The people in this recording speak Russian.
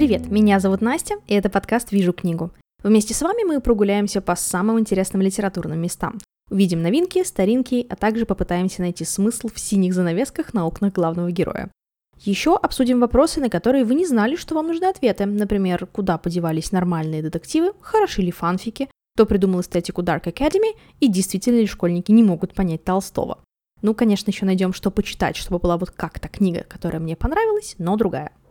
Привет, меня зовут Настя, и это подкаст «Вижу книгу». Вместе с вами мы прогуляемся по самым интересным литературным местам. Увидим новинки, старинки, а также попытаемся найти смысл в синих занавесках на окнах главного героя. Еще обсудим вопросы, на которые вы не знали, что вам нужны ответы. Например, куда подевались нормальные детективы, хороши ли фанфики, кто придумал эстетику Dark Academy и действительно ли школьники не могут понять Толстого. Ну, конечно, еще найдем, что почитать, чтобы была вот как-то книга, которая мне понравилась, но другая.